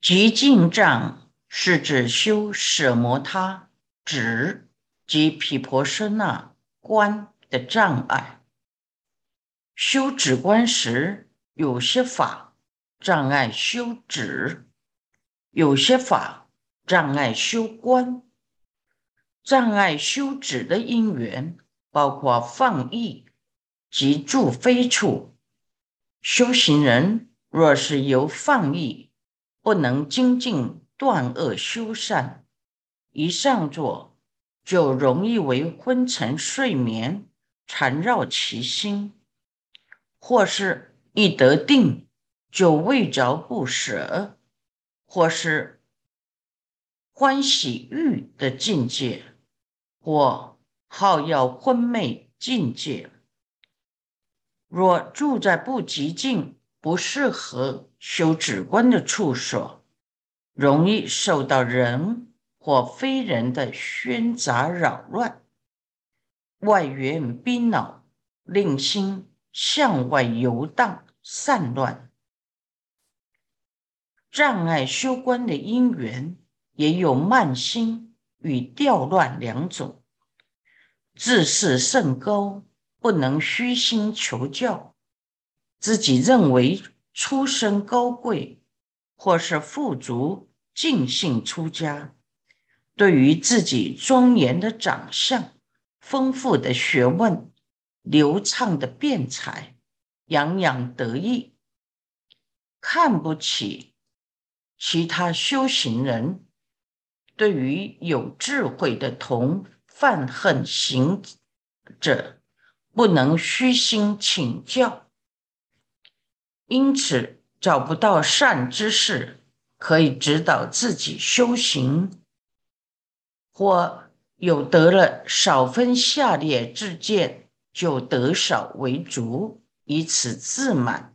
极静障是指修舍摩他、止及毗婆舍那观的障碍。修止观时，有些法障碍修止，有些法障碍修观。障碍修止的因缘，包括放逸及住非处。修行人若是由放逸，不能精进断恶修善，一上座就容易为昏沉睡眠缠绕其心，或是一得定就未着不舍，或是欢喜欲的境界，或好要昏昧境界。若住在不极静、不适合修止观的处所，容易受到人或非人的喧杂扰乱，外缘逼恼，令心向外游荡散乱。障碍修观的因缘，也有慢心与调乱两种。自视甚高，不能虚心求教，自己认为出身高贵，或是富足尽兴出家，对于自己庄严的长相、丰富的学问、流畅的辩才，洋洋得意，看不起其他修行人。对于有智慧的同犯横行者，不能虚心请教，因此找不到善知识可以指导自己修行，或有得了少分下列之见，就得少为足，以此自满，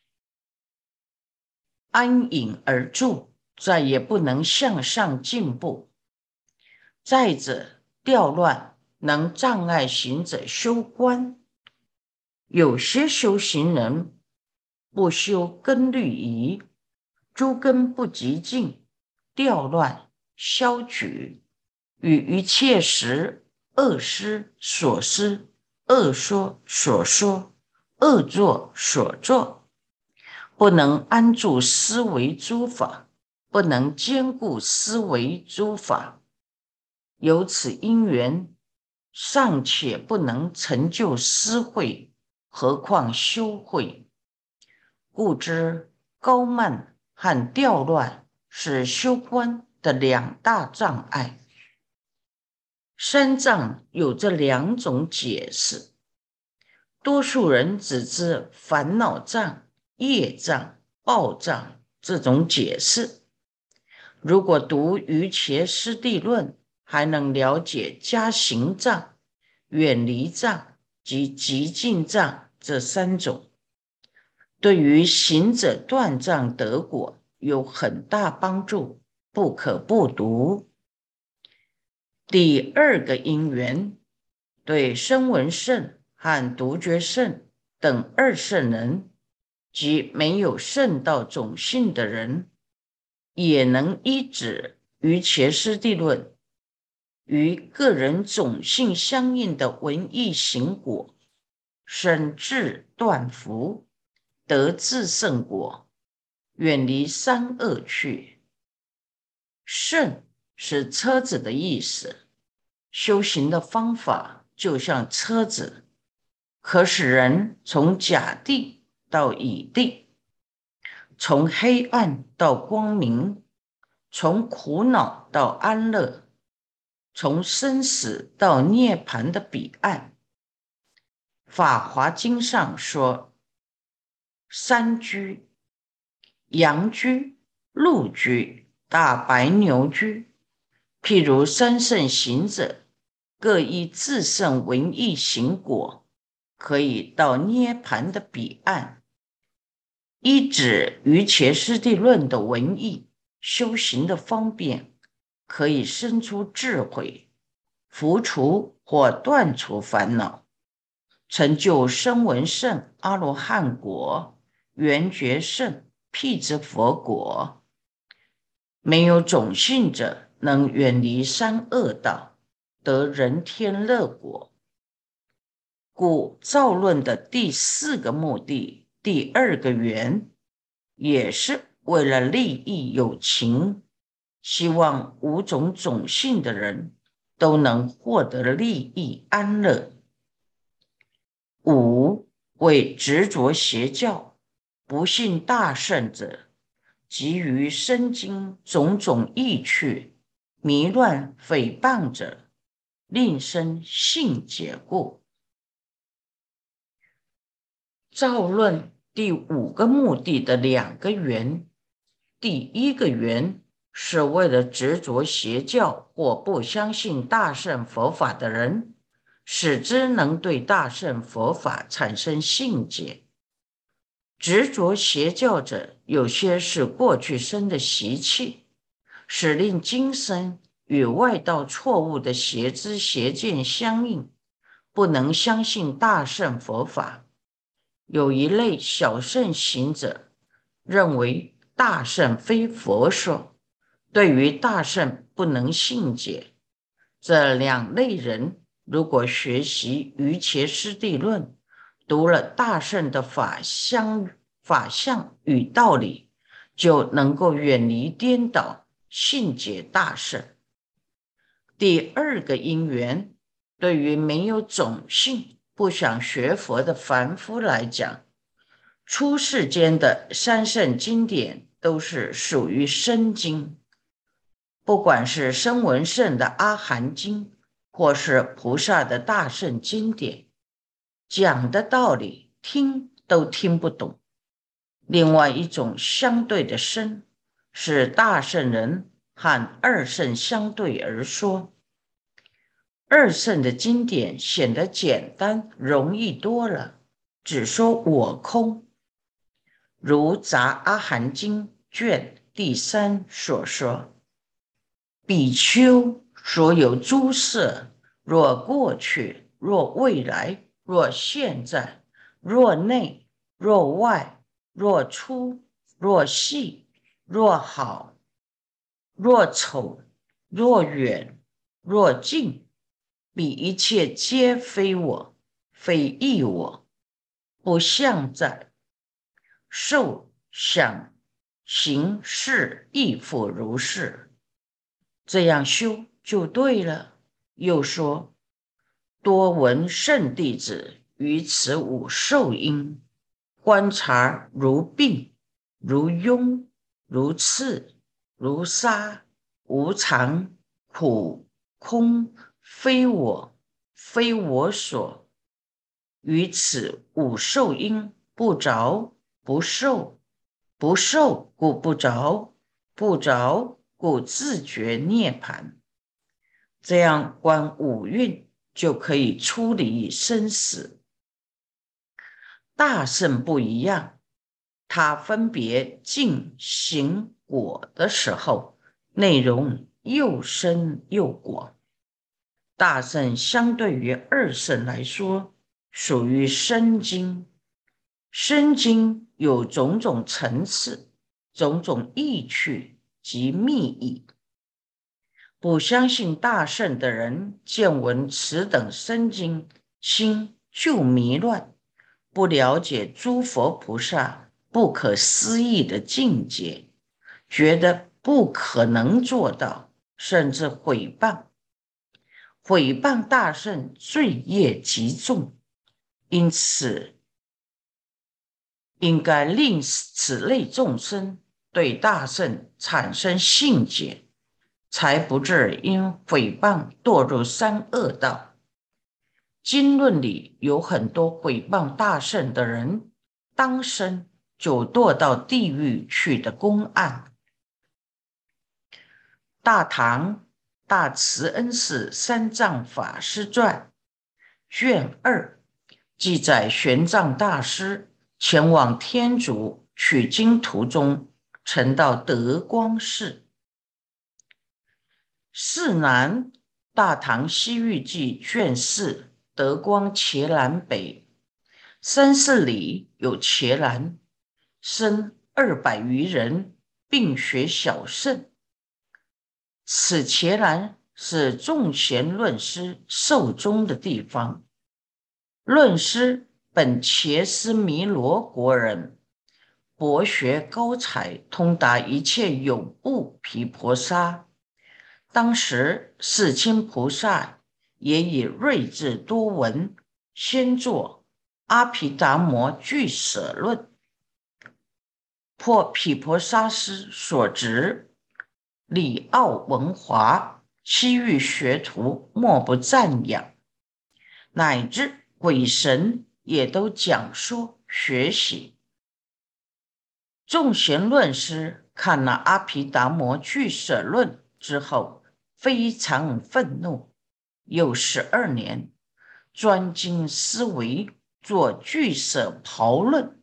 安隐而住，再也不能向上进步。再者，调乱能障碍行者修观。有些修行人不修根律仪，诸根不极静，调乱消举，与一切时恶思所思，恶说所说，恶作所作，不能安住思维诸法，不能兼顾思维诸法，由此因缘，尚且不能成就思慧，何况修慧？故知高慢和调乱是修观的两大障碍。三障有这两种解释，多数人只知烦恼障、业障、报障这种解释。如果读瑜伽师地论，还能了解加行障、远离障及极静障这三种，对于行者断障得果有很大帮助，不可不读。第二个因缘，对声闻圣和独觉圣等二圣人及没有圣道种性的人，也能依止瑜伽师地论与个人种性相应的文艺行果，生智断福，得自胜果，远离三恶趣。圣是车子的意思，修行的方法就像车子，可使人从假地到乙地，从黑暗到光明，从苦恼到安乐，从生死到涅槃的彼岸。法华经上说，三居：羊居、鹿居、大白牛居。譬如三圣行者，各依自胜文艺行果，可以到涅槃的彼岸。依止瑜伽师地论的文艺修行的方便，可以生出智慧，伏除或断除烦恼，成就声闻圣阿罗汉果、缘觉圣辟支佛果。 没有种性者，能远离三恶道，得人天乐果。故造论的第4个目的，第2个缘，也是为了利益有情，希望5种种性的人都能获得利益安乐。5为执着邪教、不信大圣者，急于生经种种意趣，迷乱诽谤者，令生性解故。造论第5个目的的2个缘，第1个缘是为了执着邪教或不相信大乘佛法的人，使之能对大乘佛法产生信解。执着邪教者，有些是过去生的习气，使令今生与外道错误的邪知邪见相应，不能相信大乘佛法。有一类小乘行者，认为大乘非佛说，对于大乘不能信解。这2类人，如果学习《瑜伽师地论》，读了大乘的法相与道理，就能够远离颠倒，信解大乘。第2个因缘，对于没有种性、不想学佛的凡夫来讲，出世间的3圣经典都是属于深经，不管是声闻圣的阿含经，或是菩萨的大圣经典，讲的道理听都听不懂。另外一种相对的深，是大圣人和二圣相对而说。二圣的经典显得简单容易多了，只说我空，如《杂阿含经》卷第3所说：比丘所有诸色，若过去，若未来，若现在，若内，若外，若粗，若细，若好，若丑，若远，若近，彼一切皆非我，非亦我，不相在。受想行识亦复如是。这样修就对了。又说，多闻圣弟子于此5受因，观察如病，如痈，如刺，如沙，无常，苦，空，非我，非我所。于此5受因，不着，不受，不受故不着，不着故自觉涅槃。这样观5蕴，就可以出离生死。大乘不一样，它分别净行果的时候，内容又深又广。大乘相对于二乘来说，属于深经。深经有种种层次、种种意趣及密意。不相信大乘的人，见闻此等深经，心就迷乱，不了解诸佛菩萨不可思议的境界，觉得不可能做到，甚至毁谤。毁谤大乘，罪业极重，因此应该令此类众生对大乘产生信解，才不致因诽谤堕入3恶道。经论里有很多毁谤大乘的人，当生就堕到地狱去的公案。大唐大慈恩寺三藏法师传卷2记载，玄奘大师前往天竺取经途中，曾到德光寺。寺南大唐西域记卷4德光伽蓝北3、4里有伽蓝，生200余人，并学小乘。 此伽蓝是众贤论师受宗的地方。论师本伽斯弥罗国人，博学高才，通达一切有部毗婆沙。当时世亲菩萨也以睿智多闻，先作阿毗达摩俱舍论，破毗婆沙师所执，礼奥文华，西域学徒莫不赞扬，乃至鬼神也都讲说学习。众贤论师看了阿毗达摩俱舍论之后，非常愤怒，又12年专精思维，作俱舍袍论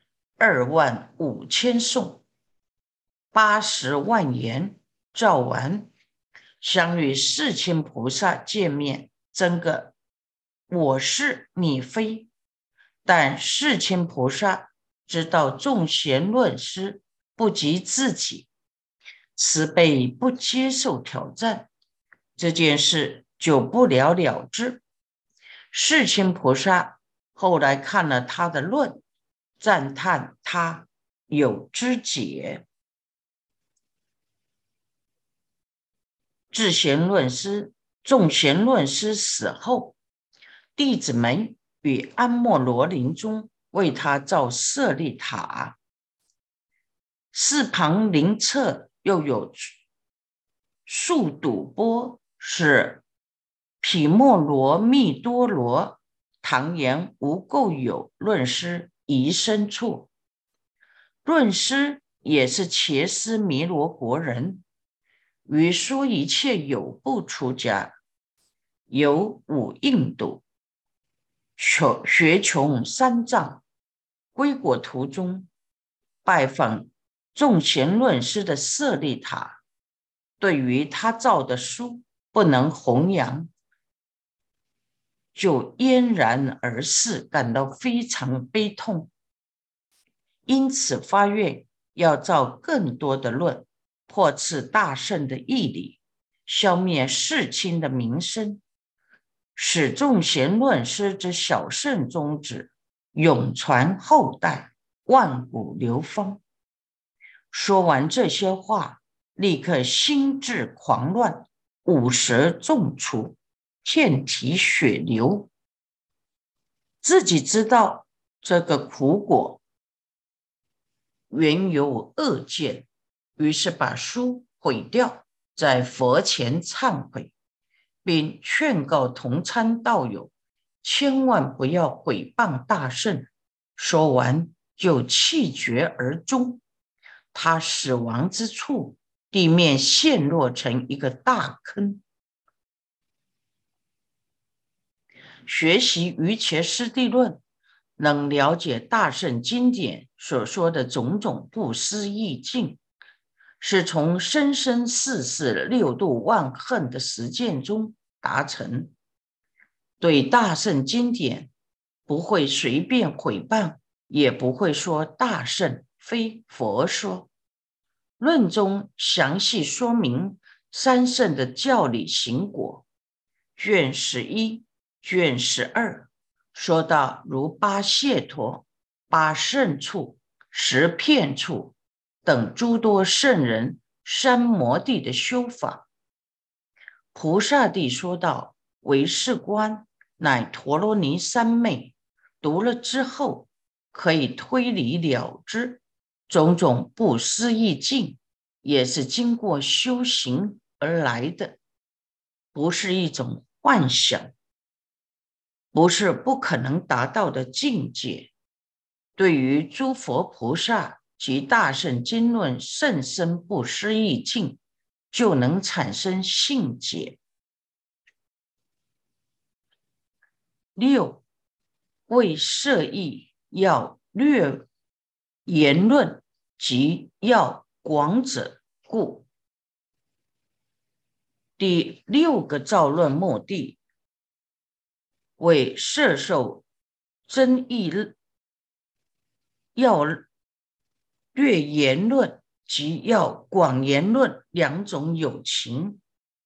25000颂，80万言造完，想与世亲菩萨见面，争个我是你非。但世亲菩萨知道众贤论师不及自己，慈悲不接受挑战，这件事就不了了之。世亲菩萨后来看了他的论，赞叹他有知解。众贤论师死后，弟子们与安莫罗林中为他造舍利塔，四旁邻侧又有树堵波，是毗莫罗蜜多罗唐言无垢有论师遗身处。论师也是伽斯弥罗国人，于说一切有部出家，有五印度，学穷三藏，归国途中拜访众贤论师的舍利塔，对于他造的书不能弘扬，就嫣然而逝，感到非常悲痛，因此发愿要造更多的论，破斥大圣的义理，消灭世亲的名声，使众贤论师之小圣宗旨永传后代，万古流芳。说完这些话，立刻心智狂乱，五舌纵出，遍体血流。自己知道这个苦果原有恶见，于是把书毁掉，在佛前忏悔，并劝告同参道友千万不要毁谤大圣。说完就气绝而终。他死亡之处，地面陷落成一个大坑。学习瑜伽师地论，能了解大圣经典所说的种种不思议境，是从生生世世六度万恨的实践中达成。对大圣经典不会随便毁谤，也不会说大圣非佛说。论中详细说明三圣的教理行果，卷11、卷12说到如八解脱、八圣处、十片处等诸多圣人三摩地的修法。菩萨地说道，唯识观乃陀罗尼三昧，读了之后可以推理了之，种种不思议境也是经过修行而来的，不是一种幻想，不是不可能达到的境界。对于诸佛菩萨及大圣经论甚深不思议境，就能产生信解。6. 为摄义要略言论及要广者故。第6个造论目的，为摄受真义要略言论即要广言论两种有情。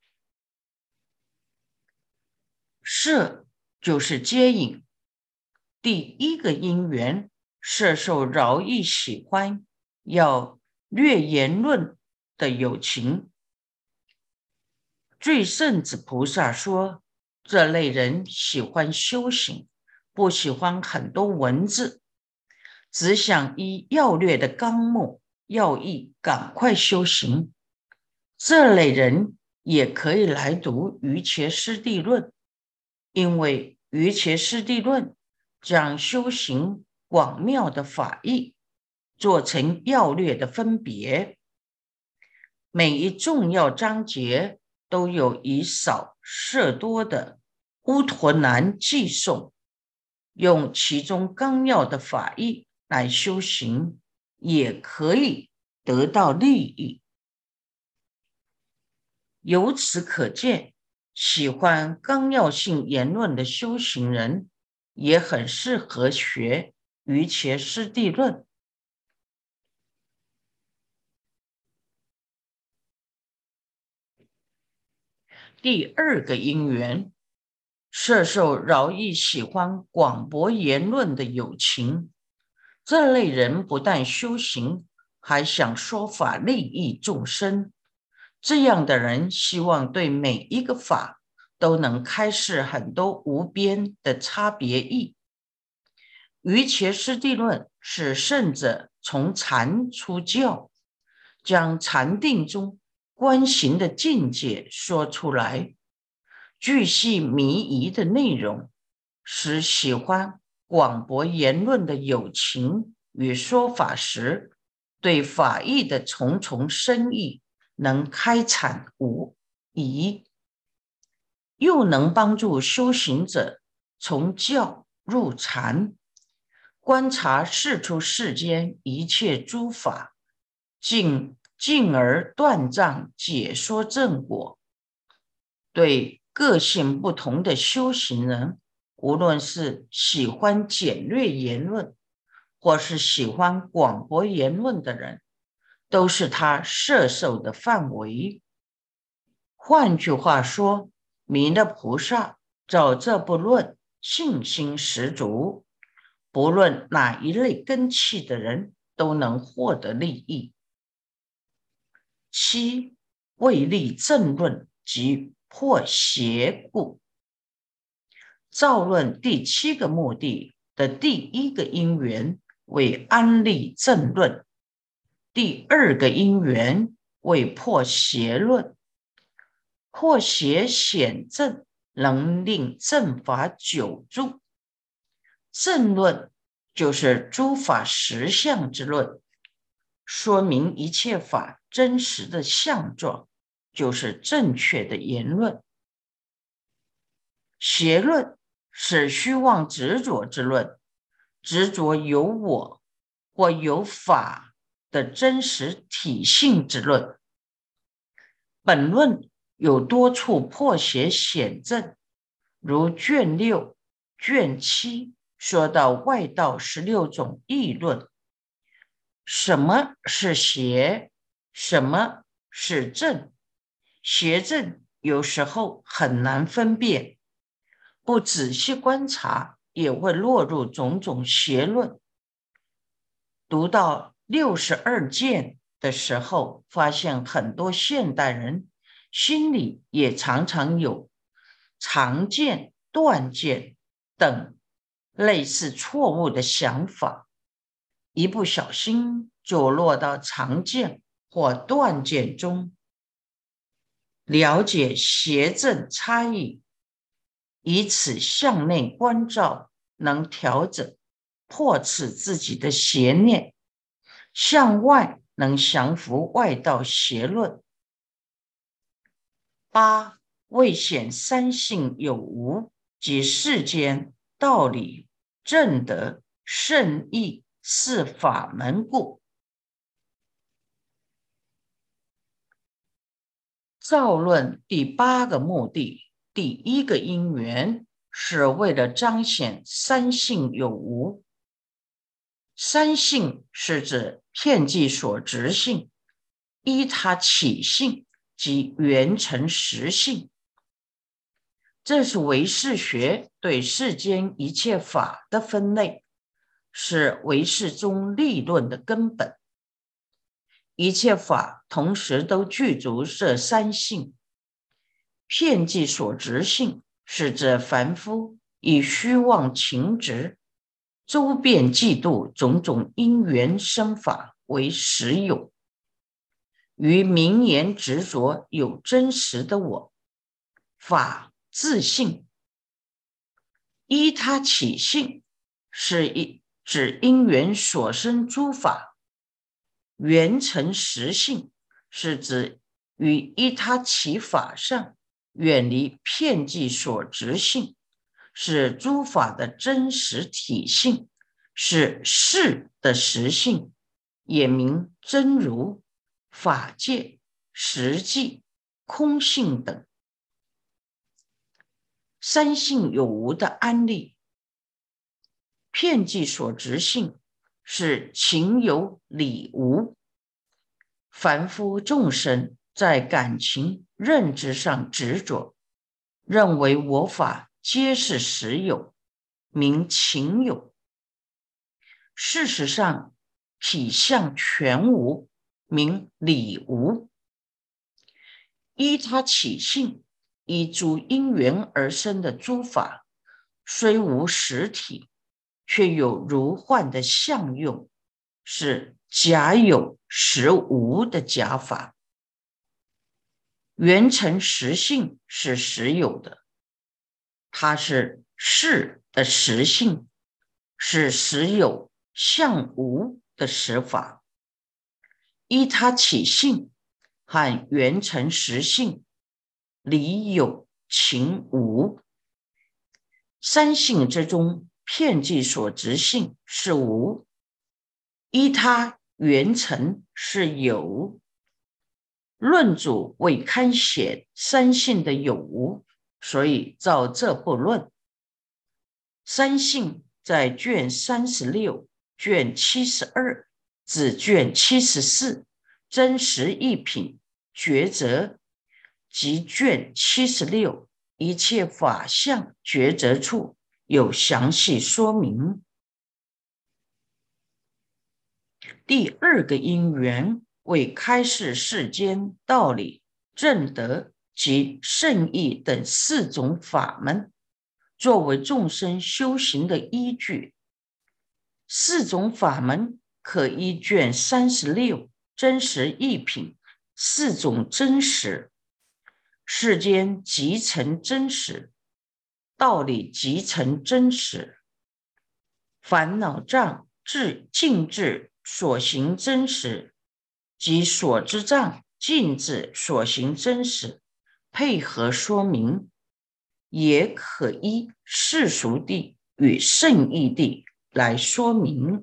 摄就是接引，第一个因缘，摄受饶益喜欢，要略言论的有情。最圣子菩萨说，这类人喜欢修行，不喜欢很多文字，只想依要略的纲目要义赶快修行。这类人也可以来读瑜伽师地论，因为瑜伽师地论将修行广妙的法义做成要略的分别，每一重要章节都有以少摄多的乌陀南记诵，用其中纲要的法义来修行，也可以得到利益。由此可见，喜欢纲要性言论的修行人，也很适合学瑜伽师地论。第二个因缘，摄受饶益喜欢广博言论的有情。这类人不但修行，还想说法利益众生。这样的人希望对每一个法都能开示很多无边的差别义。瑜伽师地论是圣者从禅出教，将禅定中观行的境界说出来，巨细靡遗的内容，使喜欢广博言论的有情与说法时，对法义的重重深意能开阐无疑，又能帮助修行者从教入禅，观察世出世间一切诸法，进而断障解说正果。对个性不同的修行人，无论是喜欢简略言论，或是喜欢广博言论的人，都是他摄受的范围。换句话说，弥勒菩萨照这部论信心十足，不论哪一类根器的人都能获得利益。七，为立正论及破邪故。造论第七个目的的第一个因缘为安立正论，第二个因缘为破邪论。破邪显正，能令正法久住。正论就是诸法实相之论，说明一切法真实的相状，就是正确的言论。邪论是虚妄执着之论，执着有我或有法的真实体性之论。本论有多处破邪显正，如卷6、卷7说到外道16种议论。什么是邪？什么是正？邪正有时候很难分辨，不仔细观察也会落入种种邪论。读到62见的时候，发现很多现代人心里也常常有常见、断见等类似错误的想法，一不小心就落到常见或断见中。了解邪正差异，以此向内关照，能调整破斥自己的邪念，向外能降服外道邪论。8，为显三性有无及世间道理正德圣义是法门故。造论第8个目的，第一个因缘是为了彰显三性有无。三性是指遍计所执性， 依他起性及缘成实性。这是唯识学对世间一切法的分类，是唯识中立论的根本。一切法同时都具足这三性。遍计所执性是指凡夫以虚妄情执，周遍嫉妒种种因缘生法为实有，于名言执着有真实的我，法自性。依他起性是指因缘所生诸法。缘成实性是指于依他起法上远离遍计所执性，是诸法的真实体性，是事的实性，也名真如、法界、实际、空性等。三性有无的安立。遍计所执性是情有理无。凡夫众生在感情认知上执着，认为我法皆是实有，名情有。事实上体相全无，名理无。依他起性，依诸因缘而生的诸法，虽无实体，却有如幻的相用，是假有实无的假法。缘成实性是实有的，它是事的实性，是实有相无的实法。依它起性和缘成实性，理有情无。三性之中，遍计所执性是无，依它缘成是有。论主未堪写三性的有无，所以造这部论。三性在卷36、卷72至卷74真实一品抉择及卷76一切法相抉择处有详细说明。第二个因缘为开示世间道理、正德及圣义等四种法门，作为众生修行的依据。四种法门可依卷36真实义品四种真实：世间即成真实，道理即成真实，烦恼障尽至所行真实，及所知障尽至所行真实，配合说明。也可依世俗谛与圣义谛来说明。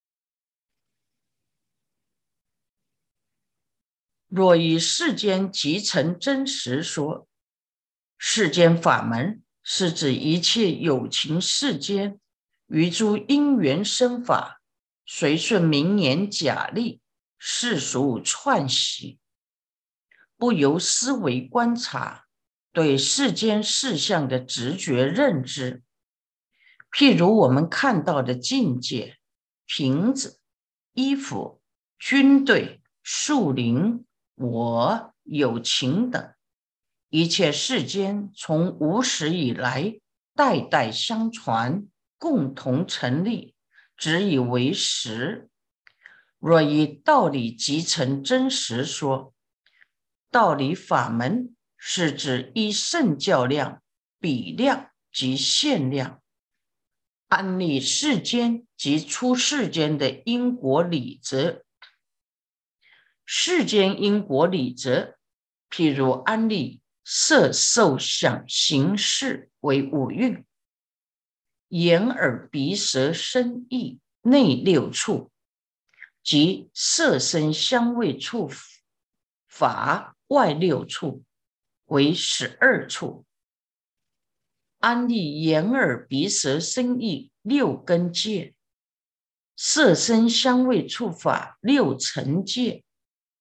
若以世间即成真实说，世间法门是指一切有情世间于诸因缘生法，随顺名言假立，世俗串习，不由思维观察，对世间事项的直觉认知。譬如我们看到的境界、瓶子、衣服、军队、树林、我、友情等，一切世间从无始以来代代相传，共同成立，只以为实。若以道理即成真实说，道理法门是指依圣教量、比量及限量，安立世间及出世间的因果理则。世间因果理则，譬如安立色受想行识为五蕴，眼耳鼻舌身意内六处，即色声香味触法外六处为12处。安立眼耳鼻舌身意六根界，色声香味触法六尘界，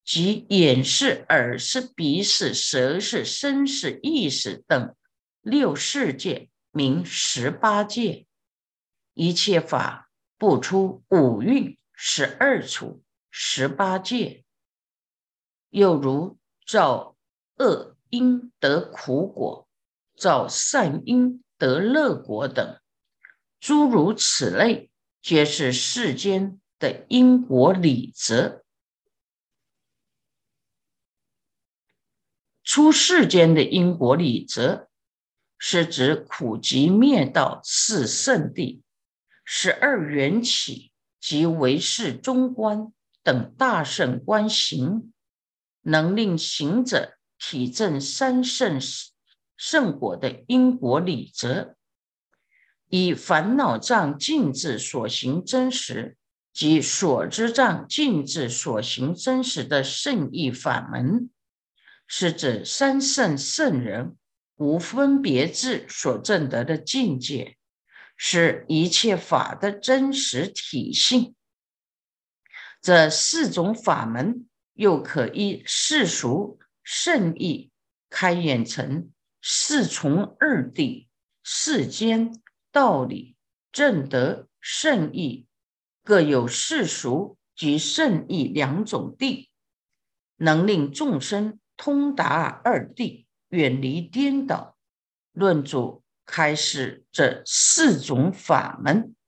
即眼识、耳识、鼻识、舌识、身识、意识等六世界，名18界。一切法不出五蕴12处18界。又如造恶因得苦果，造善因得乐果等，诸如此类，皆是世间的因果理则。出世间的因果理则，是指苦集灭道四圣谛、12缘起及唯识中观等大圣观行，能令行者体证三圣圣果的因果理则，以烦恼障尽至所行真实及所知障尽至所行真实的圣义法门，是指三圣圣人无分别智所证得的境界，是一切法的真实体性。这4种法门又可依世俗圣义开演成4重二谛、世间道理、正德圣义，各有世俗及圣义2种谛，能令众生通达二谛，远离颠倒。论主开示这4种法门。